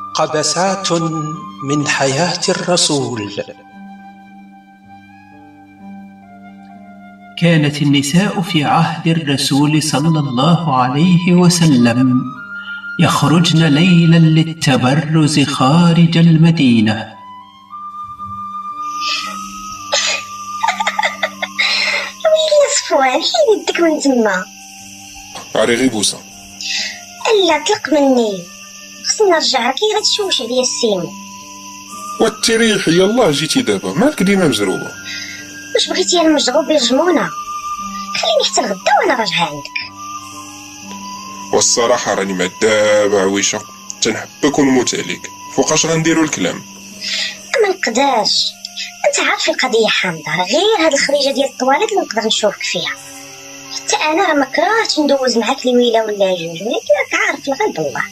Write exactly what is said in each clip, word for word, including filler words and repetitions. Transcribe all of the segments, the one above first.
قبسات من حياة الرسول. كانت النساء في عهد الرسول صلى الله عليه وسلم يخرجن ليلا للتبرز خارج المدينة. ويلي صفوان حيد يدك من تما. عري غي بوسه. الا طلق مني، خصني نرجع كي غتشوش عليا السيمو. وتريحي يلاه جيتي دابا، مالك ديما مجروبه؟ واش بغيتي انا مجروب يرجمونا؟ خليني حتى الغدا وانا راجعه عندك. والصراحه راني مع دابا عويشه، تنحبك ونموت عليك، فوقاش غنديروا الكلام؟ ما نقدرش، انت عارف القضيه حامضه، غير هاد الخريجه ديال الطواليت اللي نقدر نشوفك فيها. حتى انا راه ما كرهتش ندوز معاك لويله ولا جوج، ولكن راك عارف الغالب الله.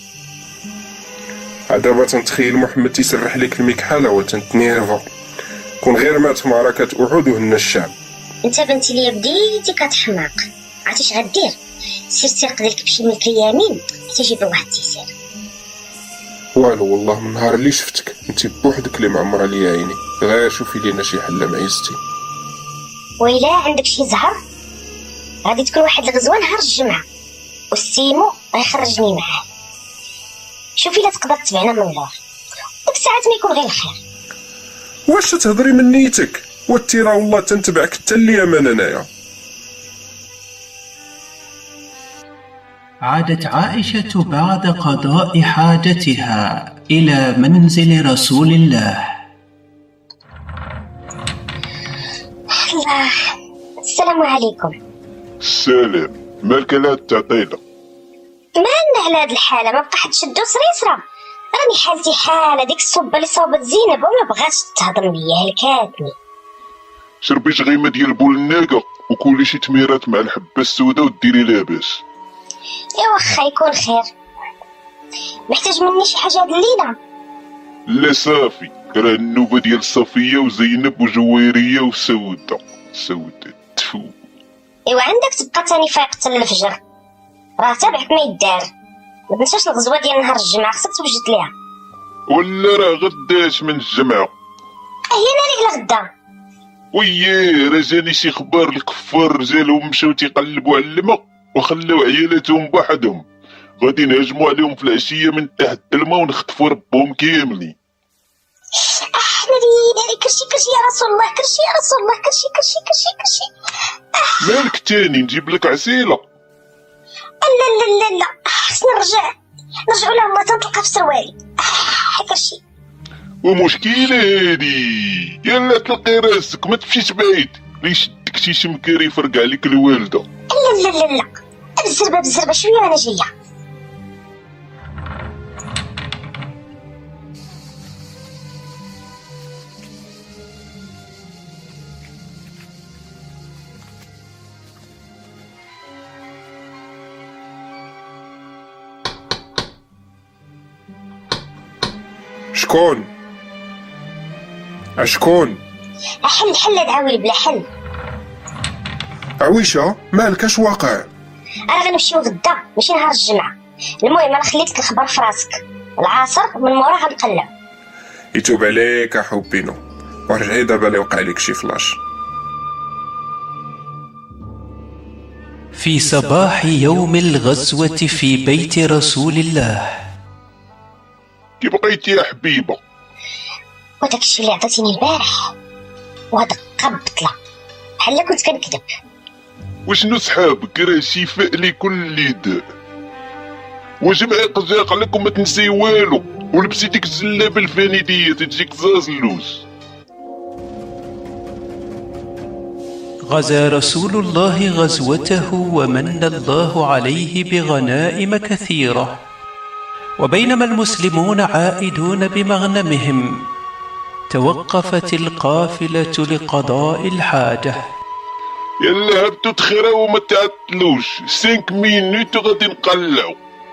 دابا تنتخيل محمد تيسرح لك المكحله وتنتنيرفا، كون غير مات في معركه احد وهنا الشعب. انت بنتي ليا بديتي كتحماق، عرفتي اش غدير؟ سير سرق لك بشي ملك اليمين حتى جيب واحد تيسير. والو والله من نهار اللي شفتك انت بوحدك اللي معمره ليا عيني، غير شوفي لينا شي حله معيزتي. ويلا عندك شي زهر غادي تكون واحد الغزوه نهار الجمعه، والسيمو غيخرجني معاه. شوفي لا تقدر تبعنا من اللور، ديك الساعات ما يكون غير الخير. واش تهضري من نيتك؟ وتيرا والله تنتبعك حتى اليمن انايا. عادت عائشة بعد قضاء حاجتها إلى منزل رسول الله. الله، السلام عليكم. السلام، مالك لا تعطينا؟ مالنا على هاد الحالة، ما بقى حد شدو سريسرة. راني حالتي حالة، ديك الصبة اللي صوبت زينب وما بغاتش تهضر بيا، هلكاتني. شربي شغيمة ديال بول الناقة وكولي شي تميرات مع الحبة السوداء وديري لاباس. يا واخا يكون خير. محتاج مني شي حاجة هاد الليلة؟ لا صافي، راه النوبة ديال صفية وزينب وجويرية وسودة. سودة تفو. ايوا عندك تبقى تاني فايق حتى الفجر، راه تابعك ما يدار. ما تنساش الغزوة ديال نهار الجمعة، خصك توجد ليها. ولا راه غداش من الجمعة. اهينا ليه لغدا. وياه راه جاني شي خبار الكفار رجالهم مشاو تيقلبوا على الماء وخلاو عيالاتهم بوحدهم، غادي نهجموا عليهم في العشية من تحت الماء ونخطفوا ربهم كاملين. احنا لينا كرشي كرشي يا رسول الله، كرشي يا رسول الله، كرشي كرشي كرشي كرشي. مالك تاني نجيب لك عسيلة؟ لا لا لا لا، خصنا نرجع نرجعوا لها الله تنطلقها في سروالي. آه كرشي. ومشكلة هادي، يلا تلقي راسك ما تمشيش بعيد، لا يشدك شي شمكاري يفرق عليك الوالدة. لا لا لا لا، بالزربة بالزربة شوية وانا جاية. شكون؟ اشكون؟ حل حل العاول بلا حل. عويشه مالك اش واقع؟ انا غنمشيو غدا ماشي نهار الجمعه. المهم انا خليت لك الخبر في راسك، العصر من مورا غنقلع. يتوب عليك يا حبينو، ورجعي دابا لي وقع لك شي فلاش. في صباح يوم الغزوة في بيت رسول الله. كي بقيتي يا حبيبة؟ وداك الشي اللي عطيتيني البارح وهاد قبطله بحال كنت كنكذب. وشنو صحابك راه شفاء لكل داء، وجمع قزاق لكم ما تنسي والو، ولبسي ديك الجلابه الفانيديه تجيك زاز اللوز. غزا رسول الله غزوته ومن الله عليه بغنائم كثيرة، وبينما المسلمون عائدون بمغنمهم توقفت القافلة لقضاء الحاجة. يلا هبطوا تخيروا وما تعطلوش، سانك مينوت وغادي نقلعو.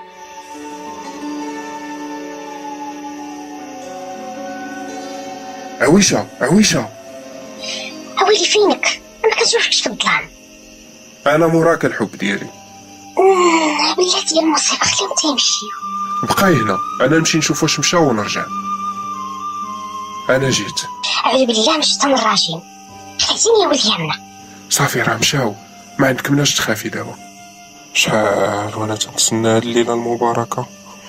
عويشه عويشه اويلي فينك؟ انا كنشوفكش في الظلام. انا موراك الحب ديالي. بلاتي يا المصيبه خليهم تيمشيو. بقاي هنا، انا نمشي نشوف واش مشى ونرجع. انا جيت. اعوذ بالله من الشيطان الرجيم. خليتيني يا ولدي عمنا. صافي راه مشاو، ما عندك مناش تخافي دابا. شحال وانا تنتسنى هاد الليله المباركه.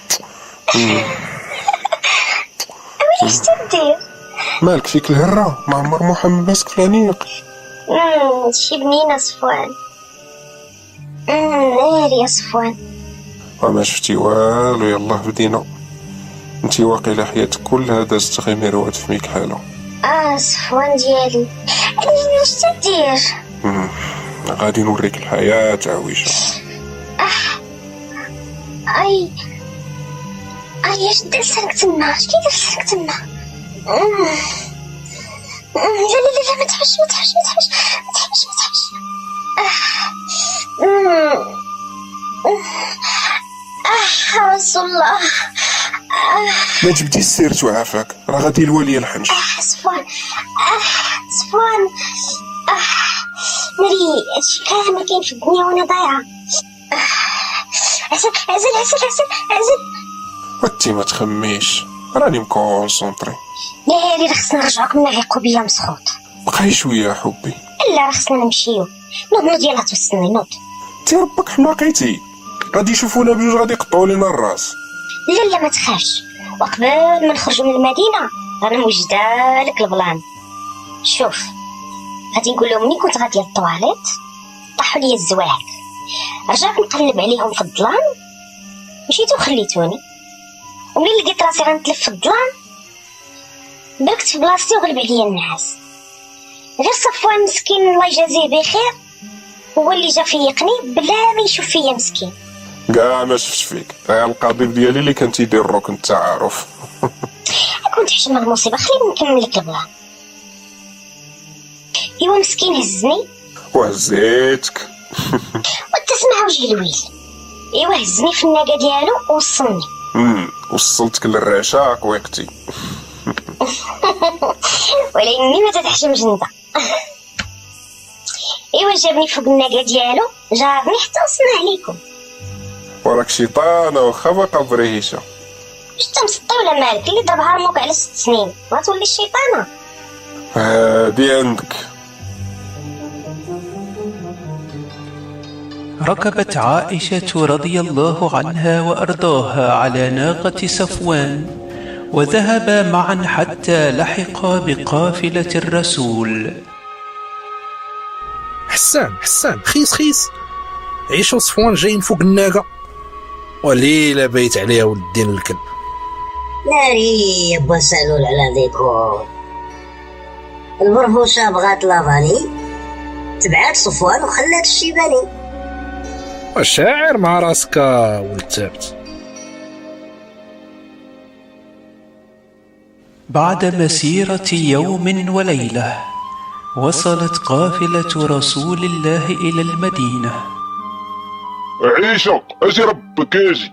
واش تدير؟ مالك فيك الهره؟ ما عمر محمد ماسك العنيق. امم شي بنينه صفوان. امم ناري يا صفوان. وما شفتي والو. يلا بدينا. انتي واقيلا حياتك كلها دازت غير مروات في ميك حاله. اه صفوان ديالي، واش تدير؟ امم غادي نوريك الحياه عويشه. اه اي اي اش دير لسانك تما؟ اش كيدير لسانك تما؟ لا لا لا ما تحبش ما تحبش ما تحبش ما تحبش ما تحبش. اه رسول الله. ما جبتي السيرت وعافاك، راه غادي الولي الحنش. اه صفوان. اه صفوان. اه ناري هادشي كامل كاين في الدنيا وانا ضايعه. عزل عزل عزل عزل عزل. وانتي ما تخميش، راني مكونسونطري. ناري راه خصنا نرجعوك من العقوبيه مسخوط. بقاي شويه حبي. لا راه خصنا نمشيو. نوض نوض يلاه توصلني نوض. تي ربك حماقيتي، غادي يشوفونا بجوج غادي يقطعوا لينا الراس. لا لا ما تخافش، وقبل ما نخرجوا من المدينه انا موجده لك البلان. شوف غادي نقول لهم ملي كنت غاديه للطواليت طاحوا لي الزواهر، رجعت نقلب عليهم في الظلام، مشيتو وخليتوني، وملي لقيت راسي غنتلف في الظلام بركت في بلاصتي وغلب عليا النعاس. غير صفوان مسكين الله يجازيه بخير هو اللي جا فيقني بلا ما يشوف فيا مسكين. كاع ما شفتش فيك، راه القضيب ديالي اللي كان تيدير الركن التعارف. كنت حشم المصيبه، خليني نكمل لك البلان. ايوا مسكين هزني وهزيتك. وتسمع وجه الويل. ايوا هزني في الناقه ديالو ووصلني. امم وصلتك للرعشه قويقتي. ولكني ما تتحشم جنده. ايوا جابني فوق الناقه ديالو جابني حتى وصلنا عليكم. وراك شيطانه واخا باقا بريهيشه. واش انت مسطي ولا مالك؟ اللي ضربها امك على ست سنين ما تولي الشيطانه. هادي عندك. ركبت عائشة رضي الله عنها وأرضاها على ناقة صفوان، وذهبا معا حتى لحقا بقافلة الرسول. حسان حسان خيس خيس، عيشو صفوان جايين فوق الناقة، وليلة بيت عليها ولدين الكلب. ناري يا با سالول على ديكور. المرهوشة بغات لافاني، تبعات صفوان وخلات الشيباني. وشاعر مع راسك ولد ثابت. بعد مسيرة يوم وليلة وصلت قافلة رسول الله إلى المدينة. عيشة اجي ربك اجي،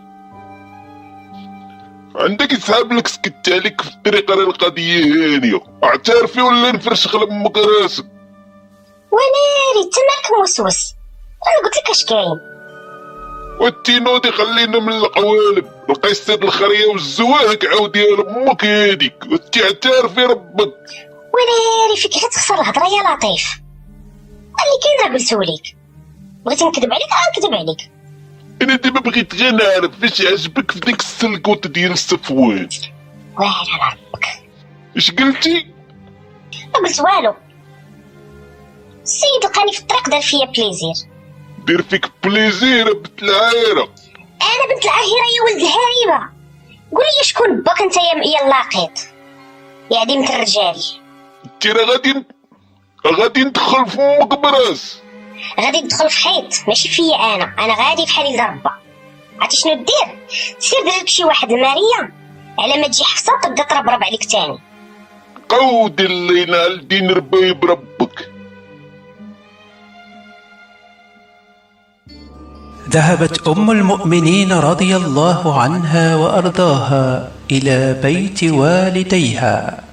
عندك يسحب لك سكت عليك في الطريقة. راه القضية هانية، اعترفي ولا نفرش لامك راسك. وناري انت مالك موسوس؟ انا قلت لك اش كاين. والتينودي خلينا من القوالب، القيصر الخريه والزواهق عاودي لامك هاديك، وانتي اعترفي ربك. وناري فيك غير تخسر الهضره يا لطيف. اللي كاين راه قلتوليك، بغيتي نكذب عليك راه نكذب عليك. انا دابا بغيت غير نعرف فاش عجبك في ديك السلكوت ديال صفوان. واعر على ربك. اش قلتي؟ ما قلت والو، السيد لقاني في الطريق دار فيا بليزير. دير فيك بليزير بنت العايره. انا بنت العاهره يا ولد الهريبه. قول لي شكون باك انت يا يا اللاقيط يا عديمة الرجال؟ انت راه غادي غادي ندخل في امك براس. غادي ندخل في حيط ماشي فيا انا، انا غادي في حالي لربا. عرفتي شنو دير؟ سير دير لك شي واحد ماريا على ما تجي حفصه تبدا تربرب عليك تاني. قود اللي ينال دين ربيب ربك. ذهبت أم المؤمنين رضي الله عنها وأرضاها إلى بيت والديها.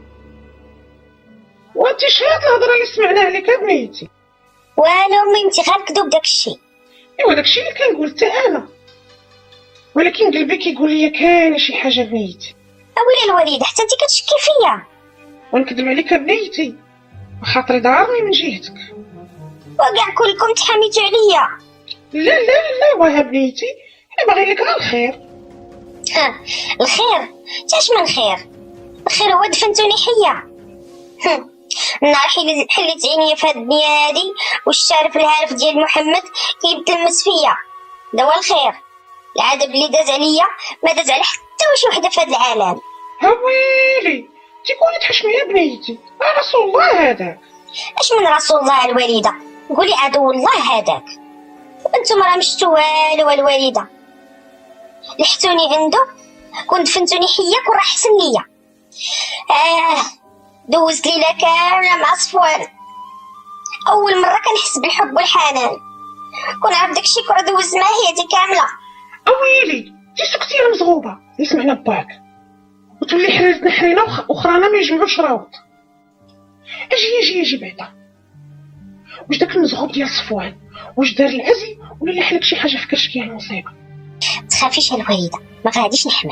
وانت شهاد الهضره اللي سمعنا عليك بنيتي؟ والو ميمتي غير كذوب داكشي. ايوا داكشي اللي كنقول حتى انا. ولكن قلبي كيقول لي كاين شي حاجه بنيتي. اويلي الوليده حتى انت كتشكي فيا. ونكذب عليك بنيتي وخاطري ضارني من جهتك وكاع كلكم تحاميتوا عليا. لا لا لا واه بنيتي انا باغي لك غير الخير. ها الخير تاش من خير؟ الخير هو دفنتوني حيه. النهار حليت عينيا في هاد الدنيا هادي والشارف الهارف ديال محمد كيتلمس فيا، دا هو الخير. العذاب اللي داز عليا ما داز على حتى وشي وحده في هاد العالم. هويلي تيكوني تحشمي يا بنيتي، رسول الله هذاك. اش من رسول الله الوالده؟ قولي عدو الله هذاك. وانتم راه مشتو والو الوالده، لحتوني عنده كون دفنتوني حيه كون راه حسن ليا. اه دوزت ليله كامله مع صفوان، اول مره كنحس بالحب والحنان. كون عرف داكشي كون دوزت معاه حياتي كامله. اويلي تي سكتي يا مزغوبه اللي سمعنا باك وتولي حريتنا حرينا وخرانا ما يجمعوش راوط. اجي اجي اجي بعدا، واش داك المزغوب ديال صفوان واش دار العزي ولا لاح لك شي حاجه في كرشك؟ يعني مصيبه. تخافيش الوالده ما غاديش نحمل.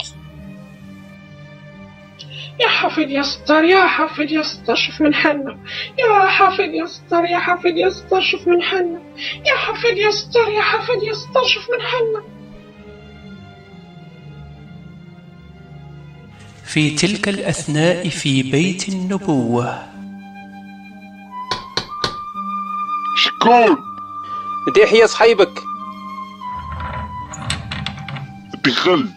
يا حافظ يا ستار يا حافظ يا ستار شوف من حالنا، يا حافظ يا ستار يا حافظ يا ستار شوف من حالنا، يا حافظ يا ستار يا حافظ يا ستار شوف من حالنا. في تلك الأثناء في بيت النبوة. شكون؟ ديحية صحيبك. دخل.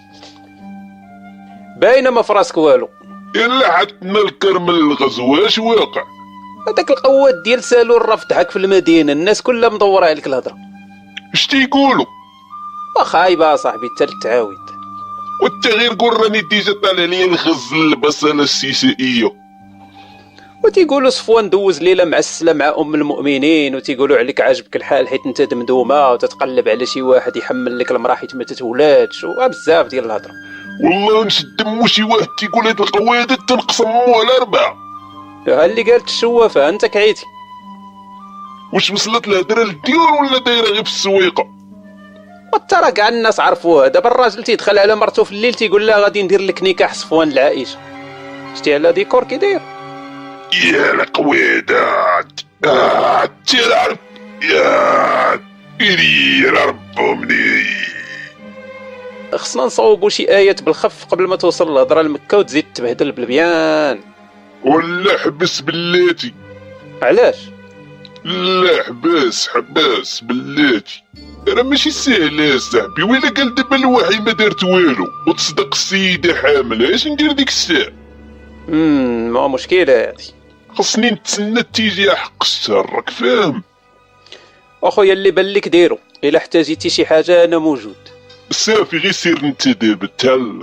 باينه ما فراسك والو. الا حطنا الكرم الغزوه اش واقع؟ هذاك القوات ديال سالو الرف ضحك في المدينه، الناس كلها مدوره عليك الهضره. اش تيقولوا؟ وخايبه صاحبي حتى التعاود. والتغيير قول راني ديجا طالع ليا الخز البصله السيسائيه. وتيقولوا صفوان دوز ليله معسله مع ام المؤمنين، وتيقولوا عليك عاجبك الحال حيت انت دمدومه وتتقلب على شي واحد يحمل لك المراه حيت ما تتولادش، وبزاف ديال الهضره. والله نشد مو شي واحد تيقول هاد القوادات تنقسموا على اربعه. ها اللي قالت الشوافه انت كعيتي. واش وصلت الهضره للديور ولا دايره غير في السويقه؟ وترى كاع الناس عرفوها. دابا الراجل تيدخل على مرته في الليل تيقول لها غادي ندير لك نكاح صفوان العائشه. شتي على ديكور كي داير؟ يا القوادات اه تعرف يا إلي ربهم لي. خصنا نصوبوا شي ايات بالخف قبل ما توصل الهضره لمكه وتزيد تبهدل بالبيان. ولا حبس بلاتي. علاش؟ لا حباس حباس بلاتي راه ماشي ساهله صاحبي. ويلا قال دابا الوحي ما دارت والو وتصدق السيده حامله، اش ندير ديك الساعه؟ امم ما مشكله هادي. خصني نتسنى تيجي حق الشهر راك فاهم؟ اخويا اللي بان لك ديرو، الا احتاجيتي شي حاجه انا موجود. صافي غير سير انت دابا تهلا.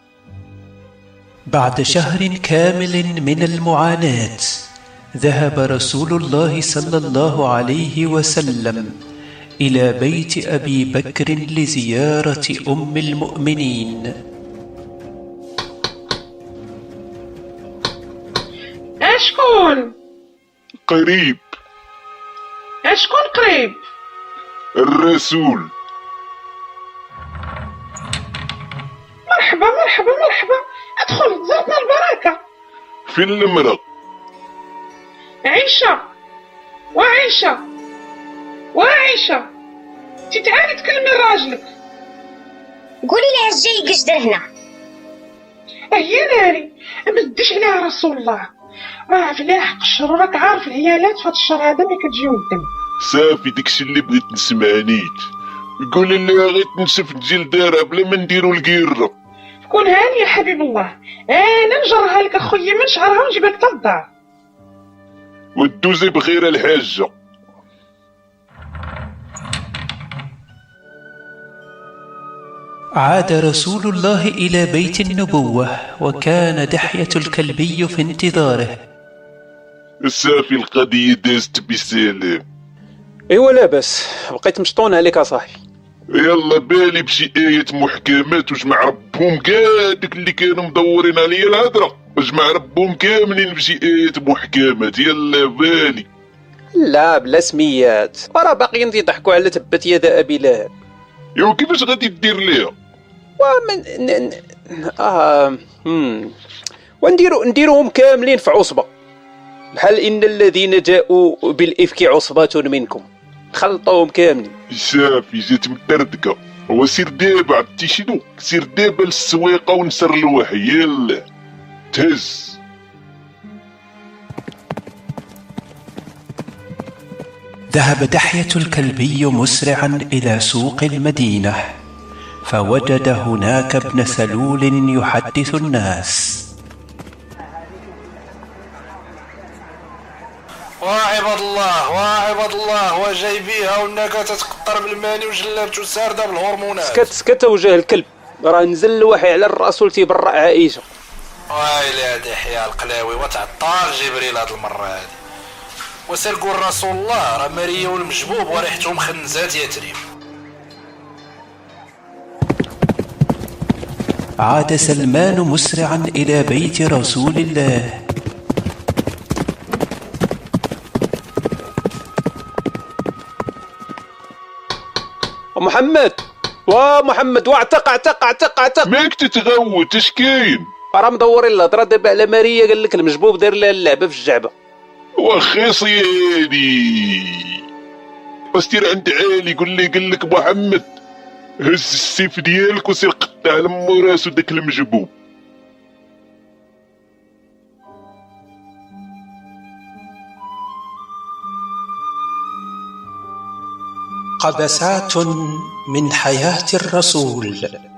بعد شهر كامل من المعاناة ذهب رسول الله صلى الله عليه وسلم إلى بيت أبي بكر لزيارة أم المؤمنين. اشكون؟ قريب. اشكون قريب؟ الرسول. مرحبا مرحبا مرحبا، ادخل زرنا البركة. في المرأة عيشة وعيشة وعيشة، تتعالي تكلمي راجلك. قولي لي اش جاي قشدر هنا؟ هي ناري ما تديش عليها رسول الله، راه فلاح قشر وراك عارف العيالات في هاد الشهر هذا ملي كتجيو الدم. صافي داكشي اللي بغيت نسمع نيت. قول لها غير تنشف تجي لدارها بلا ما نديرو الكيرة. كون هاني يا حبيب الله، انا نجرها لك اخويا من شعرها ونجيبها لك للدار. ودوزي بخير الحاجة. عاد رسول الله إلى بيت النبوة وكان دحية الكلبي في انتظاره. صافي القضية دازت بسلام. ايوا لاباس، بقيت مشطون عليك اصاحبي. يلا بالي بشي آية محكمات وجمع ربهم كاع داك اللي كانوا مدورين عليا الهضرة، وجمع ربهم كاملين بشي آية محكمات. يلا بالي. لا بلا سميات، وراه باقيين يضحكوا على تبت يد ابي لهب. يو كيفاش غادي دير ليها؟ ومن ن... ن... اه هم. ونديروا نديروهم كاملين في عصبه، بحال ان الذين جاءوا بالافك عصبه منكم، خلطوهم كاملين. صافي جات متردقه. هو سير دابا عرفتي شنو، سير دابا للسويقه ونسر الوحي. يلا تهز. ذهب دحية الكلبي مسرعا إلى سوق المدينة، فوجد هناك ابن سلول يحدث الناس. وعباد الله وعباد الله وجاي بيها وانك تتقطر بالماني وجلابته سارده بالهرمونات. سكت سكت وجه الكلب، راه نزل الوحي على الرسول تيبرأ عائشه. ويلي هادي دحية القلاوي وتعطار جبريل هاد المره هادي. وسير قول رسول الله راه ماريا والمجبوب وريحتهم خنزات يا تريم. عاد سلمان مسرعا إلى بيت رسول الله. محمد ومحمد واعتق اعتق اعتق اعتق. ماك تتغوت اش كاين؟ راه مدورين الهضره دابا على ماريا، قال لك المجبوب دار لها اللعبه في الجعبه. واخي صيادي واستير عند عالي قول لي قال لك محمد هز السيف ديالك وسير قطع لمو راسو داك المجبوب. قبسات من حياة الرسول.